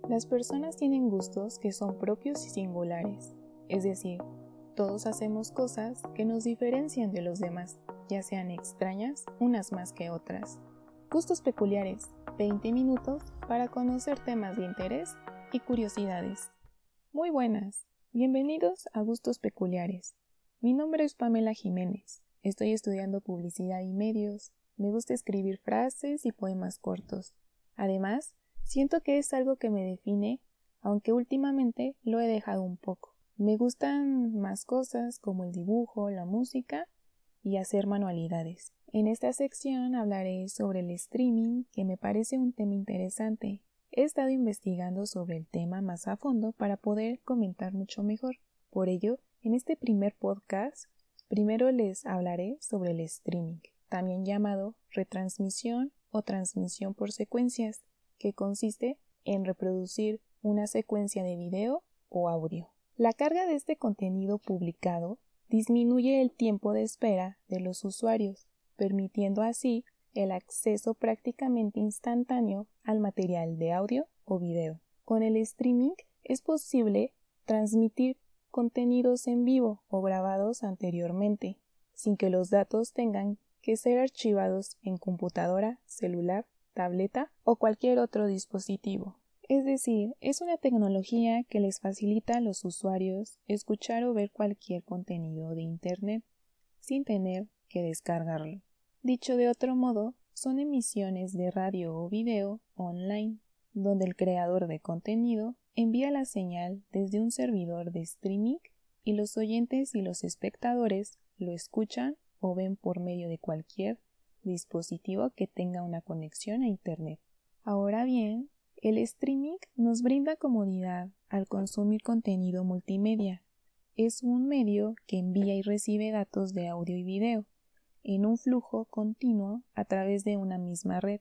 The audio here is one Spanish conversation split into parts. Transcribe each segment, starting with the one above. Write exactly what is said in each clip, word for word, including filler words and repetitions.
Las personas tienen gustos que son propios y singulares, es decir, todos hacemos cosas que nos diferencian de los demás, ya sean extrañas unas más que otras. Gustos peculiares, veinte minutos para conocer temas de interés y curiosidades. Muy buenas, bienvenidos a Gustos Peculiares. Mi nombre es Pamela Jiménez, estoy estudiando publicidad y medios, me gusta escribir frases y poemas cortos. Además, siento que es algo que me define, aunque últimamente lo he dejado un poco. Me gustan más cosas como el dibujo, la música y hacer manualidades. En esta sección hablaré sobre el streaming, que me parece un tema interesante. He estado investigando sobre el tema más a fondo para poder comentar mucho mejor. Por ello, en este primer podcast, primero les hablaré sobre el streaming, también llamado retransmisión o transmisión por secuencias, que consiste en reproducir una secuencia de video o audio. La carga de este contenido publicado disminuye el tiempo de espera de los usuarios, permitiendo así el acceso prácticamente instantáneo al material de audio o video. Con el streaming es posible transmitir contenidos en vivo o grabados anteriormente, sin que los datos tengan que ser archivados en computadora, celular, tableta o cualquier otro dispositivo. Es decir, es una tecnología que les facilita a los usuarios escuchar o ver cualquier contenido de Internet sin tener que descargarlo. Dicho de otro modo, son emisiones de radio o video online, donde el creador de contenido envía la señal desde un servidor de streaming y los oyentes y los espectadores lo escuchan o ven por medio de cualquier dispositivo que tenga una conexión a Internet. Ahora bien, el streaming nos brinda comodidad al consumir contenido multimedia. Es un medio que envía y recibe datos de audio y video en un flujo continuo a través de una misma red.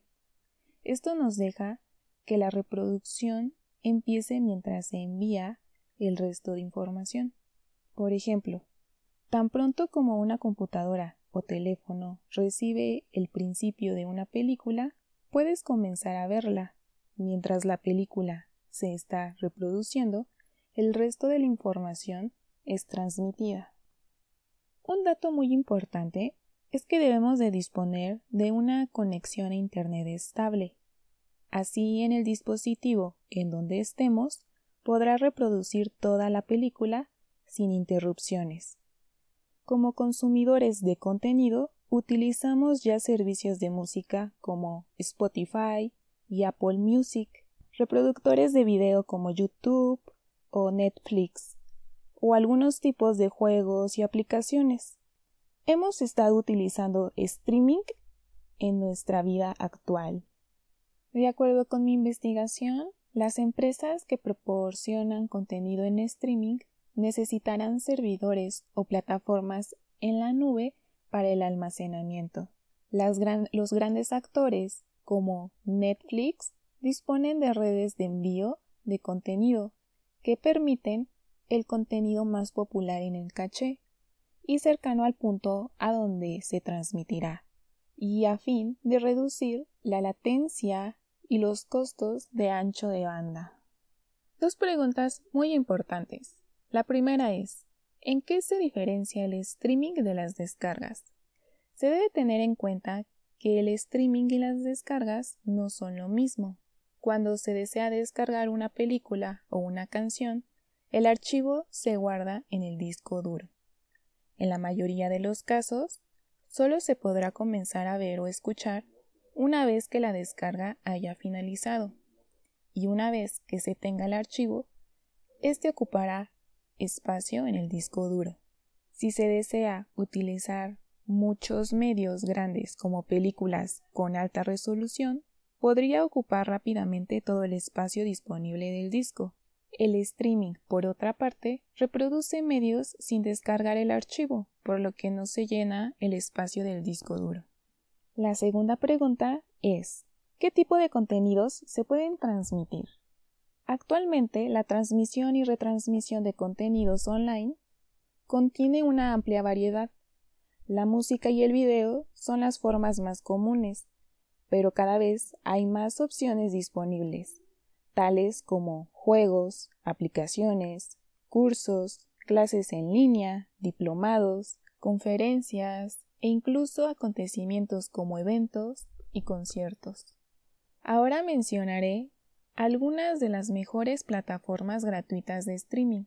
Esto nos deja que la reproducción empiece mientras se envía el resto de información. Por ejemplo, tan pronto como una computadora o teléfono recibe el principio de una película, puedes comenzar a verla. Mientras la película se está reproduciendo, el resto de la información es transmitida. Un dato muy importante es que debemos de disponer de una conexión a Internet estable. Así, en el dispositivo en donde estemos, podrá reproducir toda la película sin interrupciones. Como consumidores de contenido, utilizamos ya servicios de música como Spotify y Apple Music, reproductores de video como YouTube o Netflix, o algunos tipos de juegos y aplicaciones. Hemos estado utilizando streaming en nuestra vida actual. De acuerdo con mi investigación, las empresas que proporcionan contenido en streaming necesitarán servidores o plataformas en la nube para el almacenamiento. Las gran- los grandes actores, como Netflix, disponen de redes de envío de contenido que permiten el contenido más popular en el caché y cercano al punto a donde se transmitirá, y a fin de reducir la latencia y los costos de ancho de banda. Dos preguntas muy importantes. La primera es, ¿en qué se diferencia el streaming de las descargas? Se debe tener en cuenta que el streaming y las descargas no son lo mismo. Cuando se desea descargar una película o una canción, el archivo se guarda en el disco duro. En la mayoría de los casos, solo se podrá comenzar a ver o escuchar una vez que la descarga haya finalizado, y una vez que se tenga el archivo, este ocupará espacio en el disco duro. Si se desea utilizar muchos medios grandes como películas con alta resolución, podría ocupar rápidamente todo el espacio disponible del disco. El streaming, por otra parte, reproduce medios sin descargar el archivo, por lo que no se llena el espacio del disco duro. La segunda pregunta es, ¿qué tipo de contenidos se pueden transmitir? Actualmente, la transmisión y retransmisión de contenidos online contiene una amplia variedad. La música y el video son las formas más comunes, pero cada vez hay más opciones disponibles. tales como juegos, aplicaciones, cursos, clases en línea, diplomados, conferencias e incluso acontecimientos como eventos y conciertos. Ahora mencionaré algunas de las mejores plataformas gratuitas de streaming.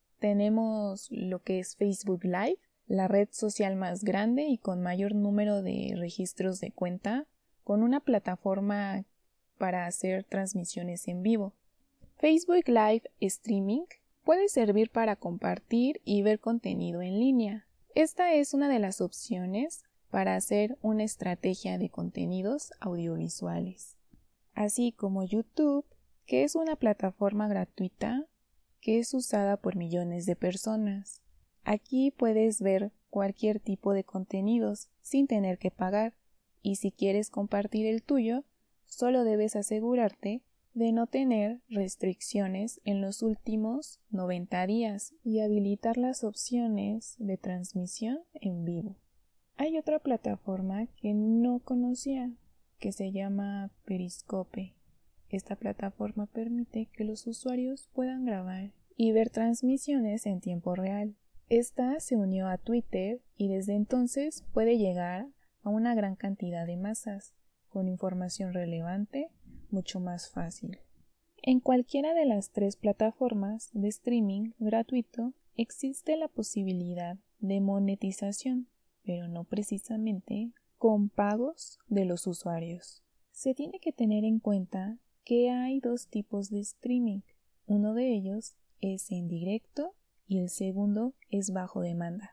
Tenemos lo que es Facebook Live, la red social más grande y con mayor número de registros de cuenta, con una plataforma para hacer transmisiones en vivo. Facebook Live Streaming puede servir para compartir y ver contenido en línea. Esta es una de las opciones para hacer una estrategia de contenidos audiovisuales. Así como YouTube, que es una plataforma gratuita que es usada por millones de personas. Aquí puedes ver cualquier tipo de contenidos sin tener que pagar, y si quieres compartir el tuyo, solo debes asegurarte de no tener restricciones en los últimos noventa días y habilitar las opciones de transmisión en vivo. Hay otra plataforma que no conocía, que se llama Periscope. Esta plataforma permite que los usuarios puedan grabar y ver transmisiones en tiempo real. Esta se unió a Twitter y desde entonces puede llegar a una gran cantidad de masas, con información relevante mucho más fácil. En cualquiera de las tres plataformas de streaming gratuito existe la posibilidad de monetización, pero no precisamente con pagos de los usuarios. Se tiene que tener en cuenta que hay dos tipos de streaming. Uno de ellos es en directo y el segundo es bajo demanda.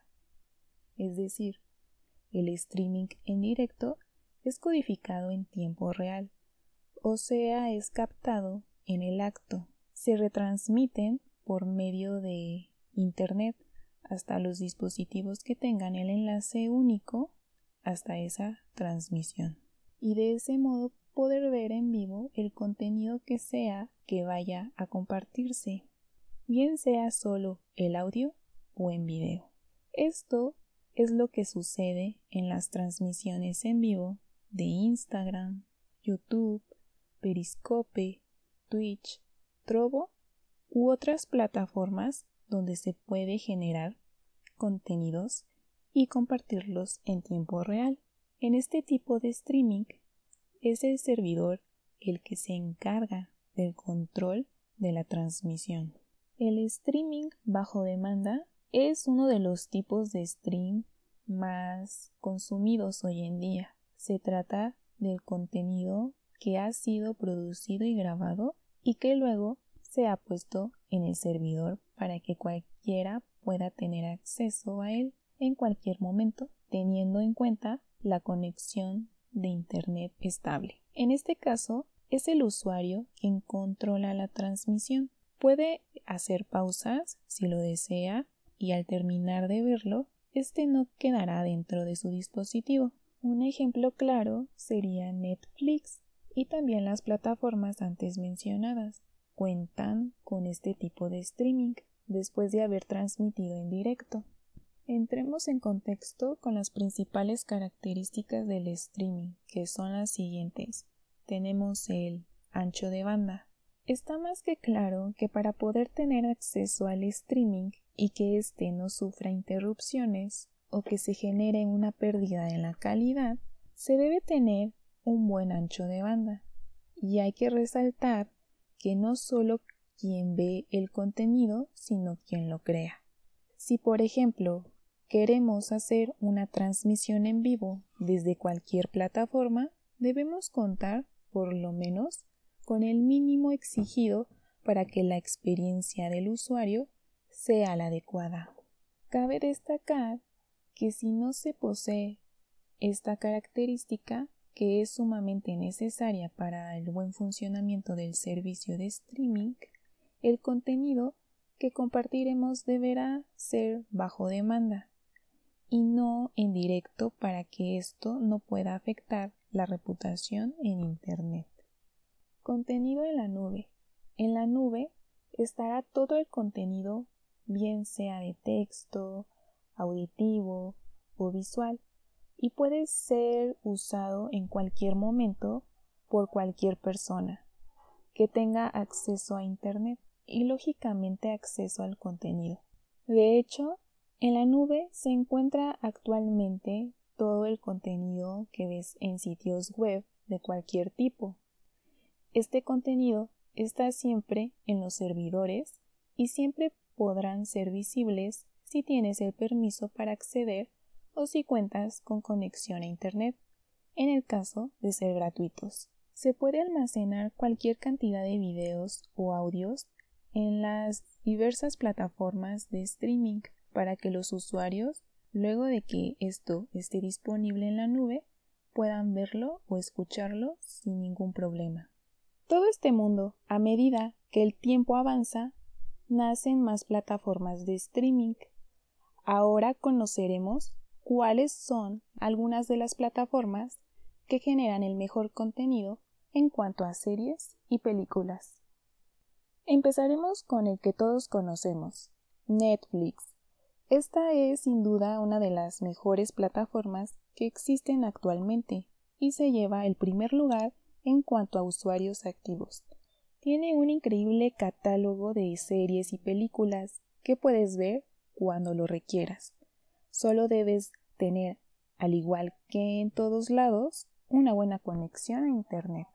Es decir, el streaming en directo es codificado en tiempo real, o sea, es captado en el acto. Se retransmiten por medio de Internet hasta los dispositivos que tengan el enlace único hasta esa transmisión. Y de ese modo poder ver en vivo el contenido que sea que vaya a compartirse, bien sea solo el audio o en video. Esto es lo que sucede en las transmisiones en vivo de Instagram, YouTube, Periscope, Twitch, Trovo u otras plataformas donde se puede generar contenidos y compartirlos en tiempo real. En este tipo de streaming es el servidor el que se encarga del control de la transmisión. El streaming bajo demanda es uno de los tipos de stream más consumidos hoy en día. Se trata del contenido que ha sido producido y grabado y que luego se ha puesto en el servidor para que cualquiera pueda tener acceso a él en cualquier momento, teniendo en cuenta la conexión de Internet estable. En este caso, es el usuario quien controla la transmisión. Puede hacer pausas si lo desea y al terminar de verlo, este no quedará dentro de su dispositivo. Un ejemplo claro sería Netflix y también las plataformas antes mencionadas. Cuentan con este tipo de streaming después de haber transmitido en directo. Entremos en contexto con las principales características del streaming, que son las siguientes. Tenemos el ancho de banda. Está más que claro que para poder tener acceso al streaming y que éste no sufra interrupciones o que se genere una pérdida en la calidad, se debe tener un buen ancho de banda. Y hay que resaltar que no solo quien ve el contenido, sino quien lo crea. Si, por ejemplo, queremos hacer una transmisión en vivo desde cualquier plataforma, debemos contar, por lo menos, con el mínimo exigido para que la experiencia del usuario sea la adecuada. Cabe destacar que si no se posee esta característica, que es sumamente necesaria para el buen funcionamiento del servicio de streaming, el contenido que compartiremos deberá ser bajo demanda y no en directo para que esto no pueda afectar la reputación en Internet. Contenido en la nube. En la nube estará todo el contenido, bien sea de texto, auditivo o visual, y puede ser usado en cualquier momento por cualquier persona. que tenga acceso a Internet y lógicamente acceso al contenido. De hecho, en la nube se encuentra actualmente todo el contenido que ves en sitios web de cualquier tipo. Este contenido está siempre en los servidores y siempre podrán ser visibles si tienes el permiso para acceder o si cuentas con conexión a Internet, en el caso de ser gratuitos. Se puede almacenar cualquier cantidad de videos o audios en las diversas plataformas de streaming para que los usuarios, luego de que esto esté disponible en la nube, puedan verlo o escucharlo sin ningún problema. Todo este mundo, a medida que el tiempo avanza, nacen más plataformas de streaming. Ahora conoceremos cuáles son algunas de las plataformas que generan el mejor contenido en cuanto a series y películas. Empezaremos con el que todos conocemos, Netflix. Esta es sin duda una de las mejores plataformas que existen actualmente y se lleva el primer lugar en cuanto a usuarios activos. Tiene un increíble catálogo de series y películas que puedes ver cuando lo requieras. Solo debes tener, al igual que en todos lados, una buena conexión a Internet.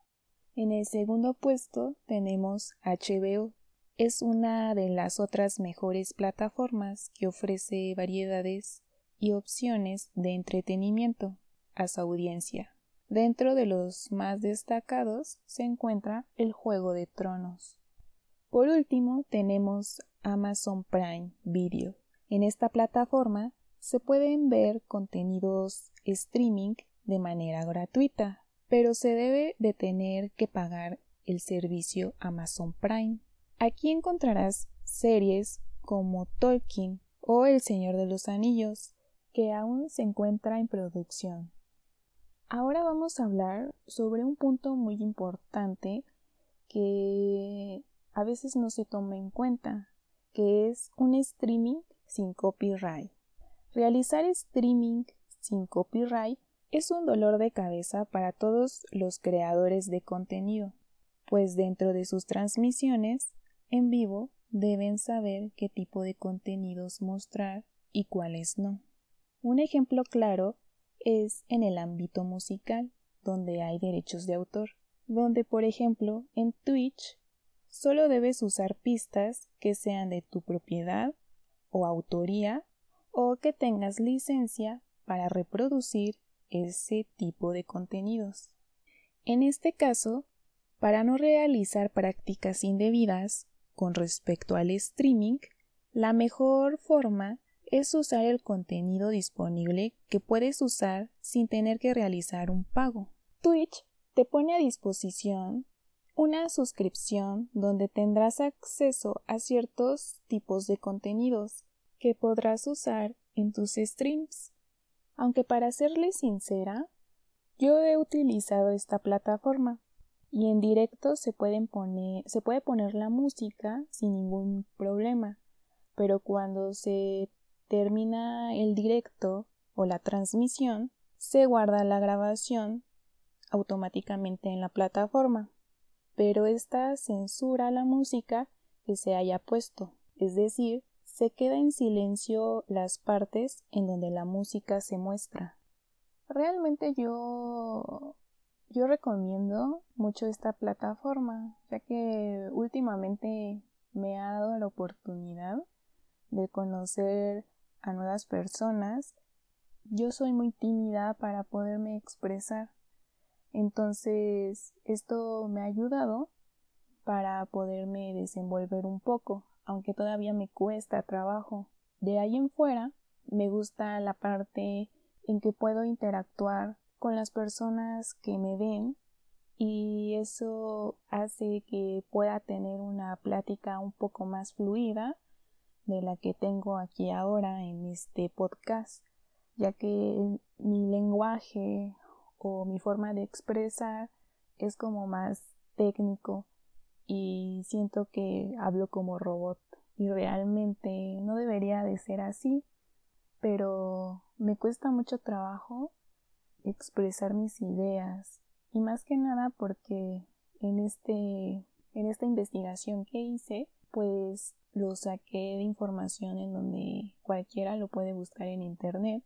En el segundo puesto tenemos H B O. Es una de las otras mejores plataformas que ofrece variedades y opciones de entretenimiento a su audiencia. Dentro de los más destacados se encuentra el Juego de Tronos. Por último tenemos Amazon Prime Video. En esta plataforma se pueden ver contenidos streaming de manera gratuita, pero se debe de tener que pagar el servicio Amazon Prime. Aquí encontrarás series como Tolkien o El Señor de los Anillos, que aún se encuentra en producción. Ahora vamos a hablar sobre un punto muy importante que a veces no se toma en cuenta, que es un streaming sin copyright. Realizar streaming sin copyright es un dolor de cabeza para todos los creadores de contenido, pues dentro de sus transmisiones en vivo deben saber qué tipo de contenidos mostrar y cuáles no. Un ejemplo claro es en el ámbito musical, donde hay derechos de autor, donde por ejemplo en Twitch solo debes usar pistas que sean de tu propiedad o autoría o que tengas licencia para reproducir ese tipo de contenidos. En este caso, para no realizar prácticas indebidas con respecto al streaming, la mejor forma es usar el contenido disponible que puedes usar sin tener que realizar un pago. Twitch te pone a disposición una suscripción donde tendrás acceso a ciertos tipos de contenidos que podrás usar en tus streams. Aunque para serles sincera, yo he utilizado esta plataforma y en directo se pueden poner, se puede poner la música sin ningún problema, pero cuando se termina el directo o la transmisión, se guarda la grabación automáticamente en la plataforma, pero esta censura la música que se haya puesto, es decir, se queda en silencio las partes en donde la música se muestra. Realmente yo yo recomiendo mucho esta plataforma, ya que últimamente me ha dado la oportunidad de conocer a nuevas personas. Yo soy muy tímida para poderme expresar, entonces esto me ha ayudado para poderme desenvolver un poco, aunque todavía me cuesta trabajo. De ahí en fuera, me gusta la parte en que puedo interactuar con las personas que me ven y eso hace que pueda tener una plática un poco más fluida de la que tengo aquí ahora en este podcast, ya que mi lenguaje o mi forma de expresar es como más técnico y siento que hablo como robot y realmente no debería de ser así, pero me cuesta mucho trabajo expresar mis ideas y más que nada porque en este, en esta investigación que hice, pues lo saqué de información en donde cualquiera lo puede buscar en internet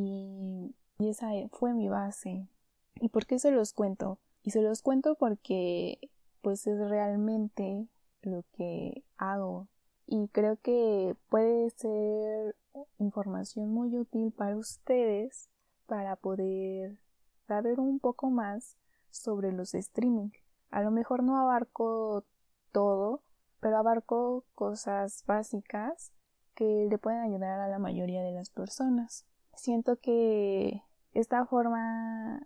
y, y esa fue mi base. ¿Y por qué se los cuento? Y se los cuento porque pues es realmente lo que hago y creo que puede ser información muy útil para ustedes para poder saber un poco más sobre los streaming. A lo mejor no abarco todo, pero abarco cosas básicas que le pueden ayudar a la mayoría de las personas. Siento que esta forma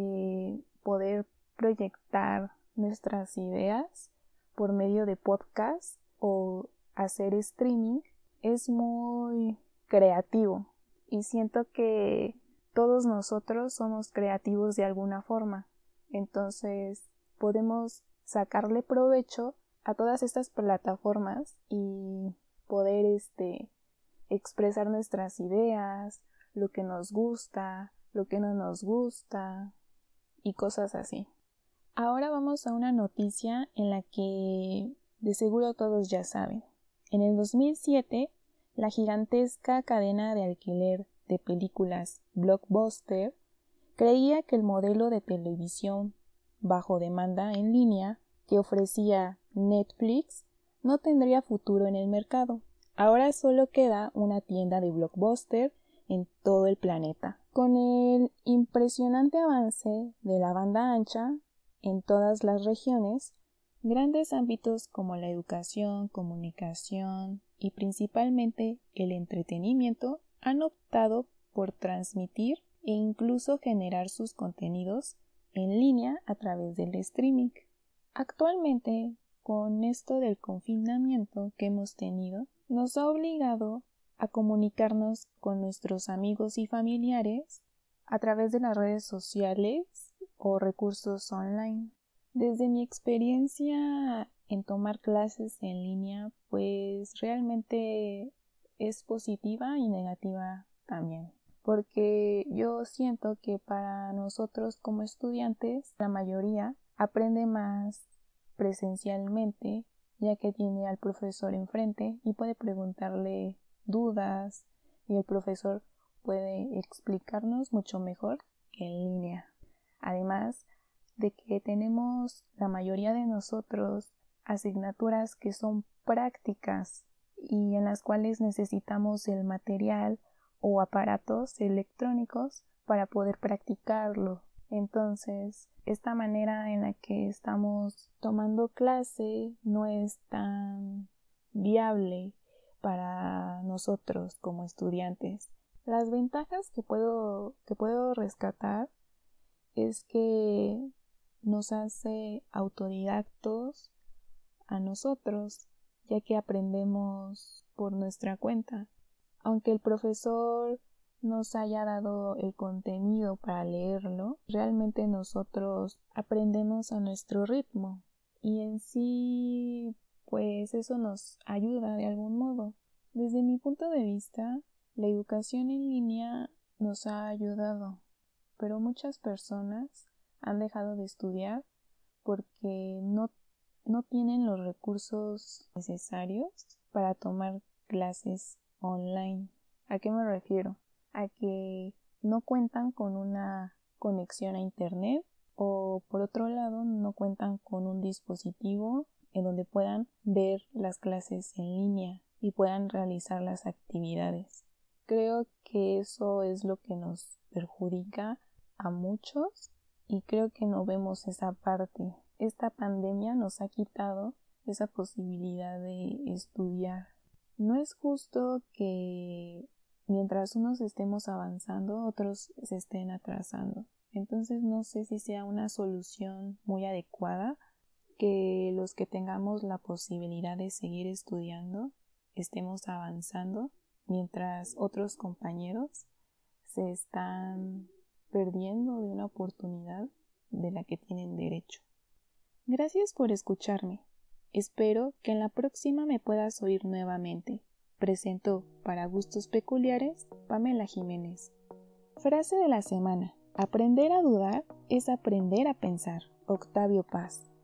de poder proyectar nuestras ideas por medio de podcast o hacer streaming es muy creativo y siento que todos nosotros somos creativos de alguna forma, entonces podemos sacarle provecho a todas estas plataformas y poder este expresar nuestras ideas, lo que nos gusta, lo que no nos gusta y cosas así. Ahora vamos a una noticia en la que de seguro todos ya saben. En el dos mil siete, la gigantesca cadena de alquiler de películas Blockbuster creía que el modelo de televisión bajo demanda en línea que ofrecía Netflix no tendría futuro en el mercado. Ahora solo queda una tienda de Blockbuster en todo el planeta. Con el impresionante avance de la banda ancha en todas las regiones, grandes ámbitos como la educación, comunicación y principalmente el entretenimiento han optado por transmitir e incluso generar sus contenidos en línea a través del streaming. Actualmente, con esto del confinamiento que hemos tenido, nos ha obligado a comunicarnos con nuestros amigos y familiares a través de las redes sociales o recursos online. Desde mi experiencia en tomar clases en línea, pues realmente es positiva y negativa también, porque yo siento que para nosotros como estudiantes, la mayoría aprende más presencialmente, ya que tiene al profesor enfrente y puede preguntarle dudas y el profesor puede explicarnos mucho mejor que en línea. Además de que tenemos la mayoría de nosotros asignaturas que son prácticas y en las cuales necesitamos el material o aparatos electrónicos para poder practicarlo. Entonces, esta manera en la que estamos tomando clase no es tan viable para nosotros como estudiantes. Las ventajas que puedo, que puedo rescatar es que nos hace autodidactos a nosotros, ya que aprendemos por nuestra cuenta. Aunque el profesor nos haya dado el contenido para leerlo, realmente nosotros aprendemos a nuestro ritmo y en sí, pues eso nos ayuda de algún modo. Desde mi punto de vista, la educación en línea nos ha ayudado, pero muchas personas han dejado de estudiar porque no, no tienen los recursos necesarios para tomar clases online. ¿A qué me refiero? A que no cuentan con una conexión a internet o por otro lado no cuentan con un dispositivo en donde puedan ver las clases en línea y puedan realizar las actividades. Creo que eso es lo que nos perjudica a muchos y creo que no vemos esa parte. Esta pandemia nos ha quitado esa posibilidad de estudiar. No es justo que mientras unos estemos avanzando, otros se estén atrasando. Entonces no sé si sea una solución muy adecuada que los que tengamos la posibilidad de seguir estudiando estemos avanzando mientras otros compañeros se están perdiendo de una oportunidad de la que tienen derecho. Gracias por escucharme. Espero que en la próxima me puedas oír nuevamente. Presentó para gustos peculiares Pamela Jiménez. Frase de la semana. Aprender a dudar es aprender a pensar. Octavio Paz.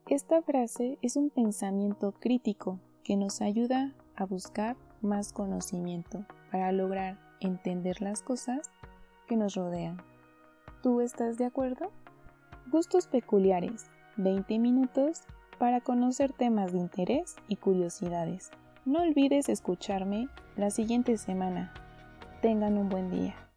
Esta frase es un pensamiento crítico que nos ayuda a buscar más conocimiento para lograr entender las cosas que nos rodean. ¿Tú estás de acuerdo? Gustos peculiares, veinte minutos para conocer temas de interés y curiosidades. No olvides escucharme la siguiente semana. Tengan un buen día.